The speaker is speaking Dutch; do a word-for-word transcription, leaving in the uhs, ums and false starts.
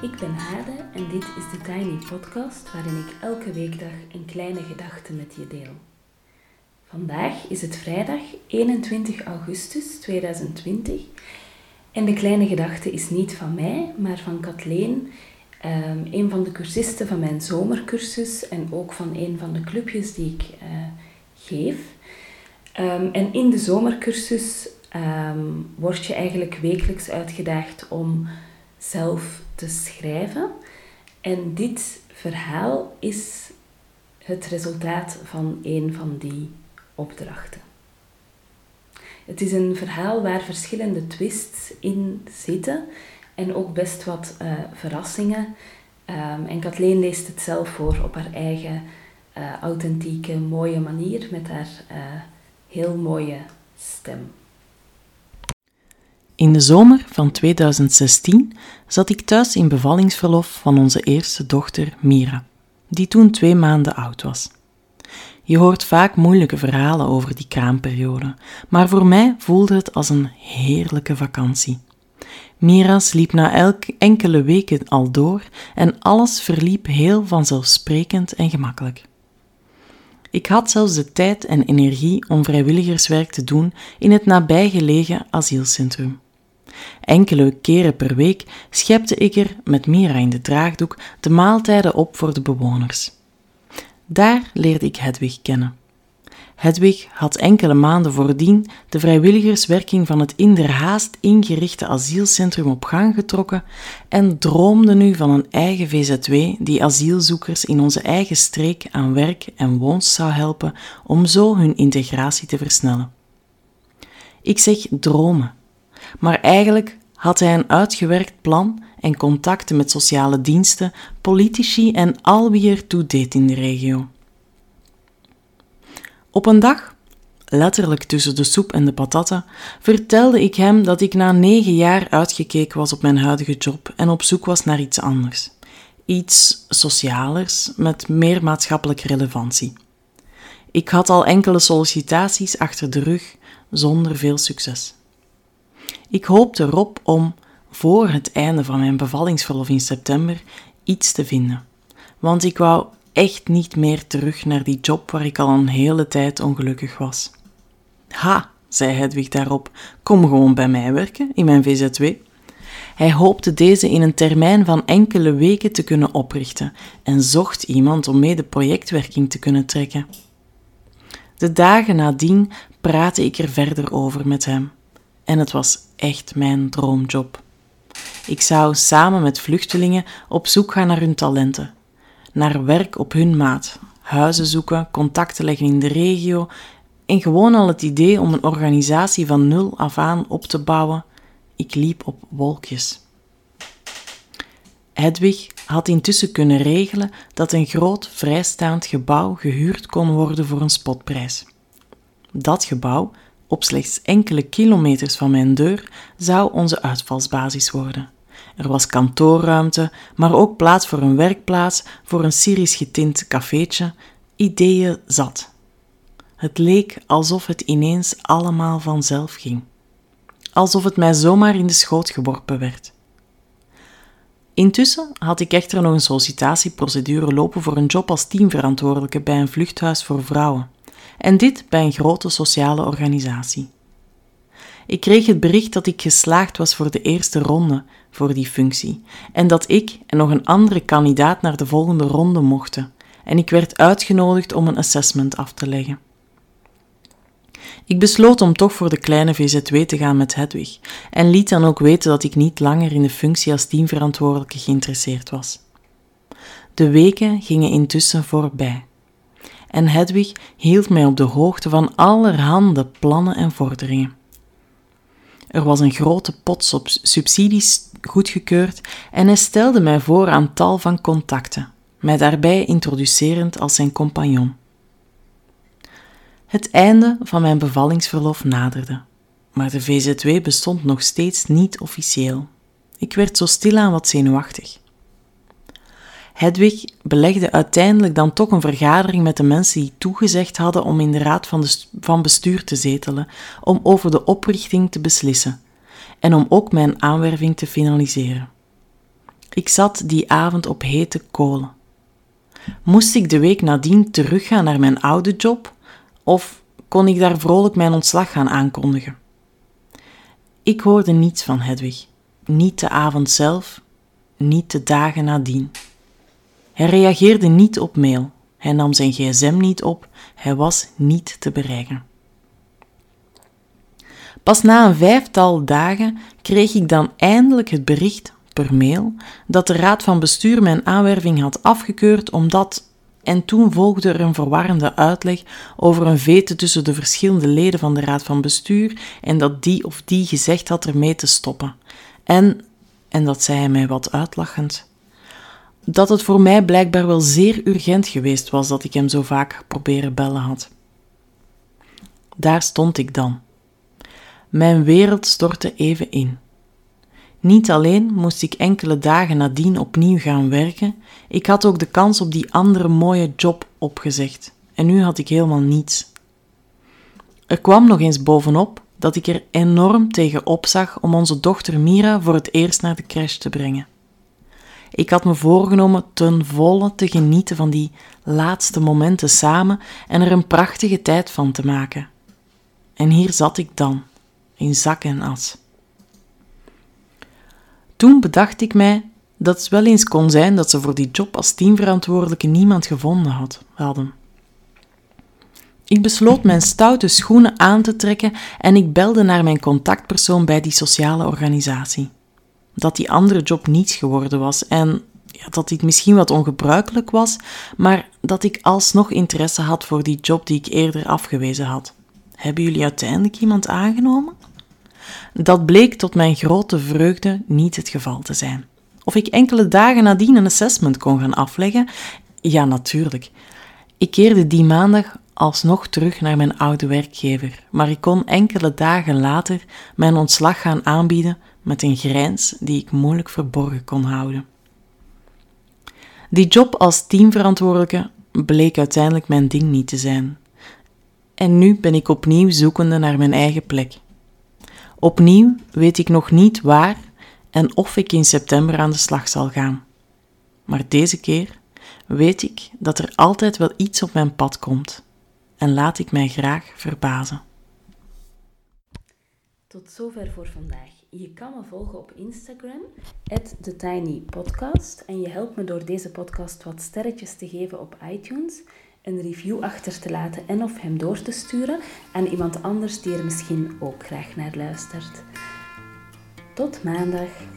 Ik ben Hade en dit is de Tiny Podcast waarin ik elke weekdag een kleine gedachte met je deel. Vandaag is het vrijdag eenentwintig augustus tweeduizend twintig en de kleine gedachte is niet van mij, maar van Kathleen, um, een van de cursisten van mijn zomercursus en ook van een van de clubjes die ik uh, geef. Um, en in de zomercursus um, word je eigenlijk wekelijks uitgedaagd om zelf te schrijven. En dit verhaal is het resultaat van een van die opdrachten. Het is een verhaal waar verschillende twists in zitten en ook best wat uh, verrassingen. Um, en Kathleen leest het zelf voor op haar eigen uh, authentieke, mooie manier met haar uh, heel mooie stem. In de zomer van tweeduizend zestien zat ik thuis in bevallingsverlof van onze eerste dochter Mira, die toen twee maanden oud was. Je hoort vaak moeilijke verhalen over die kraamperiode, maar voor mij voelde het als een heerlijke vakantie. Mira sliep na elke enkele weken al door en alles verliep heel vanzelfsprekend en gemakkelijk. Ik had zelfs de tijd en energie om vrijwilligerswerk te doen in het nabijgelegen asielcentrum. Enkele keren per week schepte ik er, met Mira in de draagdoek, de maaltijden op voor de bewoners. Daar leerde ik Hedwig kennen. Hedwig had enkele maanden voordien de vrijwilligerswerking van het inderhaast ingerichte asielcentrum op gang getrokken en droomde nu van een eigen V Z W die asielzoekers in onze eigen streek aan werk en woonst zou helpen om zo hun integratie te versnellen. Ik zeg dromen, maar eigenlijk had hij een uitgewerkt plan en contacten met sociale diensten, politici en al wie ertoe deed in de regio. Op een dag, letterlijk tussen de soep en de patatten, vertelde ik hem dat ik na negen jaar uitgekeken was op mijn huidige job en op zoek was naar iets anders. Iets socialers, met meer maatschappelijke relevantie. Ik had al enkele sollicitaties achter de rug, zonder veel succes. Ik hoopte erop om, voor het einde van mijn bevallingsverlof in september, iets te vinden. Want ik wou echt niet meer terug naar die job waar ik al een hele tijd ongelukkig was. Ha, zei Hedwig daarop, kom gewoon bij mij werken, in mijn V Z W. Hij hoopte deze in een termijn van enkele weken te kunnen oprichten en zocht iemand om mee de projectwerking te kunnen trekken. De dagen nadien praatte ik er verder over met hem. En het was echt mijn droomjob. Ik zou samen met vluchtelingen op zoek gaan naar hun talenten. Naar werk op hun maat, huizen zoeken, contacten leggen in de regio en gewoon al het idee om een organisatie van nul af aan op te bouwen. Ik liep op wolkjes. Hedwig had intussen kunnen regelen dat een groot vrijstaand gebouw gehuurd kon worden voor een spotprijs. Dat gebouw, op slechts enkele kilometers van mijn deur, zou onze uitvalsbasis worden. Er was kantoorruimte, maar ook plaats voor een werkplaats, voor een Syrisch getint cafeetje, ideeën zat. Het leek alsof het ineens allemaal vanzelf ging. Alsof het mij zomaar in de schoot geworpen werd. Intussen had ik echter nog een sollicitatieprocedure lopen voor een job als teamverantwoordelijke bij een vluchthuis voor vrouwen. En dit bij een grote sociale organisatie. Ik kreeg het bericht dat ik geslaagd was voor de eerste ronde voor die functie en dat ik en nog een andere kandidaat naar de volgende ronde mochten en ik werd uitgenodigd om een assessment af te leggen. Ik besloot om toch voor de kleine V Z W te gaan met Hedwig en liet dan ook weten dat ik niet langer in de functie als teamverantwoordelijke geïnteresseerd was. De weken gingen intussen voorbij. En Hedwig hield mij op de hoogte van allerhande plannen en vorderingen. Er was een grote pot op subsidies goedgekeurd en hij stelde mij voor aan tal van contacten, mij daarbij introducerend als zijn compagnon. Het einde van mijn bevallingsverlof naderde, maar de V Z W bestond nog steeds niet officieel. Ik werd zo stilaan wat zenuwachtig. Hedwig belegde uiteindelijk dan toch een vergadering met de mensen die toegezegd hadden om in de raad van, de, van bestuur te zetelen, om over de oprichting te beslissen en om ook mijn aanwerving te finaliseren. Ik zat die avond op hete kolen. Moest ik de week nadien teruggaan naar mijn oude job of kon ik daar vrolijk mijn ontslag gaan aankondigen? Ik hoorde niets van Hedwig, niet de avond zelf, niet de dagen nadien. Hij reageerde niet op mail, hij nam zijn gsm niet op, hij was niet te bereiken. Pas na een vijftal dagen kreeg ik dan eindelijk het bericht per mail dat de raad van bestuur mijn aanwerving had afgekeurd omdat, en toen volgde er een verwarrende uitleg over een vete tussen de verschillende leden van de raad van bestuur en dat die of die gezegd had ermee te stoppen. En, en dat zei hij mij wat uitlachend, dat het voor mij blijkbaar wel zeer urgent geweest was dat ik hem zo vaak proberen bellen had. Daar stond ik dan. Mijn wereld stortte even in. Niet alleen moest ik enkele dagen nadien opnieuw gaan werken, ik had ook de kans op die andere mooie job opgezegd. En nu had ik helemaal niets. Er kwam nog eens bovenop dat ik er enorm tegen opzag om onze dochter Mira voor het eerst naar de crèche te brengen. Ik had me voorgenomen ten volle te genieten van die laatste momenten samen en er een prachtige tijd van te maken. En hier zat ik dan, in zak en as. Toen bedacht ik mij dat het wel eens kon zijn dat ze voor die job als teamverantwoordelijke niemand gevonden had, hadden. Ik besloot mijn stoute schoenen aan te trekken en ik belde naar mijn contactpersoon bij die sociale organisatie. Dat die andere job niets geworden was en ja, dat dit misschien wat ongebruikelijk was, maar dat ik alsnog interesse had voor die job die ik eerder afgewezen had. Hebben jullie uiteindelijk iemand aangenomen? Dat bleek tot mijn grote vreugde niet het geval te zijn. Of ik enkele dagen nadien een assessment kon gaan afleggen? Ja, natuurlijk. Ik keerde die maandag alsnog terug naar mijn oude werkgever, maar ik kon enkele dagen later mijn ontslag gaan aanbieden met een grijns die ik moeilijk verborgen kon houden. Die job als teamverantwoordelijke bleek uiteindelijk mijn ding niet te zijn. En nu ben ik opnieuw zoekende naar mijn eigen plek. Opnieuw weet ik nog niet waar en of ik in september aan de slag zal gaan. Maar deze keer weet ik dat er altijd wel iets op mijn pad komt en laat ik mij graag verbazen. Tot zover voor vandaag. Je kan me volgen op Instagram, at thetinypodcast, en je helpt me door deze podcast wat sterretjes te geven op iTunes, een review achter te laten en of hem door te sturen aan iemand anders die er misschien ook graag naar luistert. Tot maandag.